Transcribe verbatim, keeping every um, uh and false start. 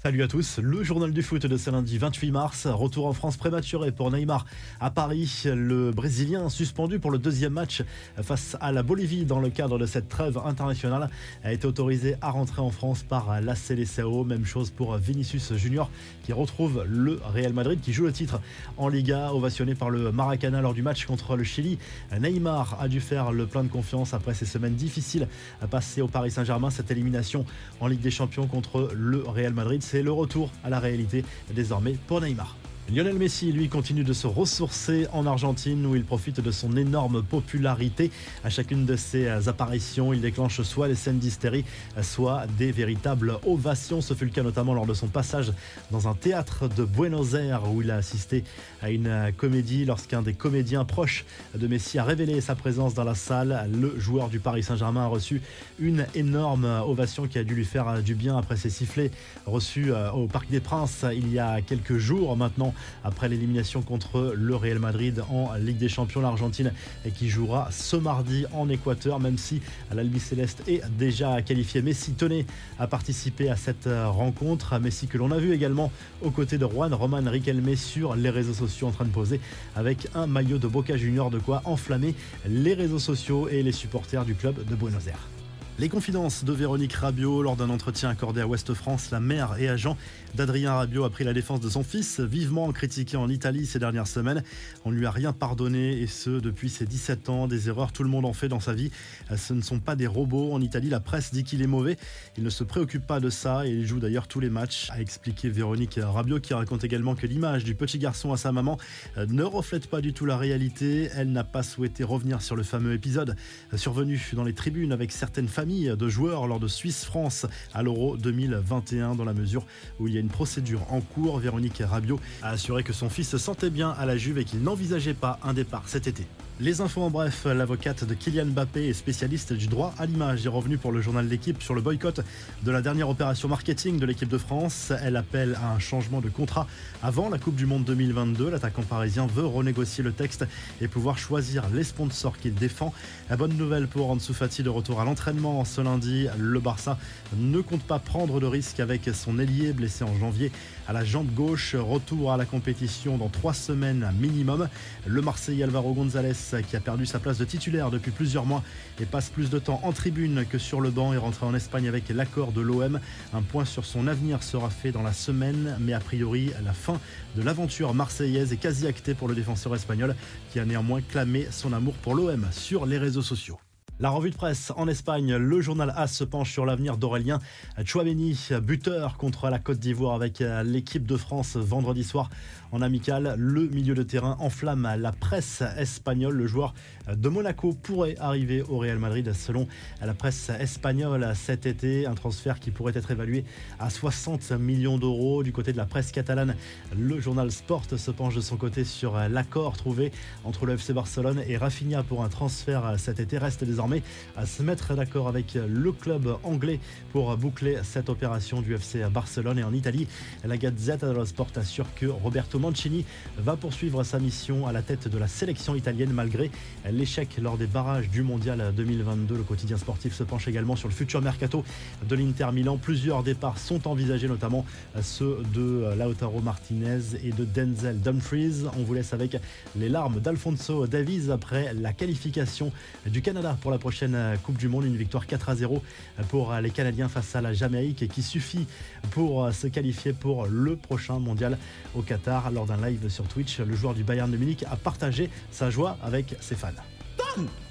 Salut à tous, le journal du foot de ce lundi vingt-huit mars. Retour en France prématuré pour Neymar à Paris. Le Brésilien suspendu pour le deuxième match face à la Bolivie dans le cadre de cette trêve internationale a été autorisé à rentrer en France par la Seleção. Même chose pour Vinicius Junior qui retrouve le Real Madrid qui joue le titre en Liga, ovationné par le Maracanã lors du match contre le Chili. Neymar a dû faire le plein de confiance après ces semaines difficiles à passer au Paris Saint-Germain. Cette élimination en Ligue des Champions contre le Real Madrid, c'est le retour à la réalité désormais pour Neymar. Lionel Messi, lui, continue de se ressourcer en Argentine où il profite de son énorme popularité. À chacune de ses apparitions, il déclenche soit les scènes d'hystérie, soit des véritables ovations. Ce fut le cas notamment lors de son passage dans un théâtre de Buenos Aires où il a assisté à une comédie lorsqu'un des comédiens proches de Messi a révélé sa présence dans la salle. Le joueur du Paris Saint-Germain a reçu une énorme ovation qui a dû lui faire du bien après ses sifflets reçus au Parc des Princes il y a quelques jours maintenant. Après l'élimination contre le Real Madrid en Ligue des Champions, l'Argentine qui jouera ce mardi en Équateur, même si l'Albiceleste est déjà qualifié. Messi tenait à participer à cette rencontre. Messi que l'on a vu également aux côtés de Juan Román Riquelme sur les réseaux sociaux en train de poser avec un maillot de Boca Juniors, de quoi enflammer les réseaux sociaux et les supporters du club de Buenos Aires. Les confidences de Véronique Rabiot lors d'un entretien accordé à Ouest France. La mère et agent d'Adrien Rabiot a pris la défense de son fils, vivement critiqué en Italie ces dernières semaines. On ne lui a rien pardonné et ce depuis ses dix-sept ans. Des erreurs, tout le monde en fait dans sa vie. Ce ne sont pas des robots. En Italie, la presse dit qu'il est mauvais. Il ne se préoccupe pas de ça et il joue d'ailleurs tous les matchs, a expliqué Véronique Rabiot, qui raconte également que l'image du petit garçon à sa maman ne reflète pas du tout la réalité. Elle n'a pas souhaité revenir sur le fameux épisode survenu dans les tribunes avec certaines familles de joueurs lors de Suisse-France à l'Euro deux mille vingt et un. Dans la mesure où il y a une procédure en cours, Véronique Rabiot a assuré que son fils se sentait bien à la Juve et qu'il n'envisageait pas un départ cet été. Les infos en bref, l'avocate de Kylian Mbappé et spécialiste du droit à l'image est revenue pour le journal L'Équipe sur le boycott de la dernière opération marketing de l'équipe de France. Elle appelle à un changement de contrat avant la Coupe du Monde deux mille vingt-deux. L'attaquant parisien veut renégocier le texte et pouvoir choisir les sponsors qu'il défend. La bonne nouvelle pour Ansu Fati, de retour à l'entraînement ce lundi. Le Barça ne compte pas prendre de risque avec son ailier blessé en janvier à la jambe gauche. Retour à la compétition dans trois semaines minimum. Le Marseillais Alvaro González, qui a perdu sa place de titulaire depuis plusieurs mois et passe plus de temps en tribune que sur le banc, est rentré en Espagne avec l'accord de l'O M. Un point sur son avenir sera fait dans la semaine, mais a priori la fin de l'aventure marseillaise est quasi actée pour le défenseur espagnol, qui a néanmoins clamé son amour pour l'O M sur les réseaux sociaux. La revue de presse en Espagne, le journal A S se penche sur l'avenir d'Aurélien Tchouaméni, buteur contre la Côte d'Ivoire avec l'équipe de France vendredi soir en amical. Le milieu de terrain enflamme la presse espagnole. Le joueur de Monaco pourrait arriver au Real Madrid selon la presse espagnole cet été. Un transfert qui pourrait être évalué à soixante millions d'euros. Du côté de la presse catalane, le journal Sport se penche de son côté sur l'accord trouvé entre le F C Barcelone et Rafinha pour un transfert cet été. Reste désormais à se mettre d'accord avec le club anglais pour boucler cette opération du F C Barcelone. Et en Italie, la Gazzetta dello Sport assure que Roberto Mancini va poursuivre sa mission à la tête de la sélection italienne malgré l'échec lors des barrages du Mondial deux mille vingt-deux. Le quotidien sportif se penche également sur le futur mercato de l'Inter Milan. Plusieurs départs sont envisagés, notamment ceux de Lautaro Martinez et de Denzel Dumfries. On vous laisse avec les larmes d'Alphonso Davies après la qualification du Canada pour la prochaine Coupe du Monde. Une victoire quatre à zéro pour les Canadiens face à la Jamaïque, et qui suffit pour se qualifier pour le prochain mondial au Qatar. Lors d'un live sur Twitch, le joueur du Bayern de Munich a partagé sa joie avec ses fans.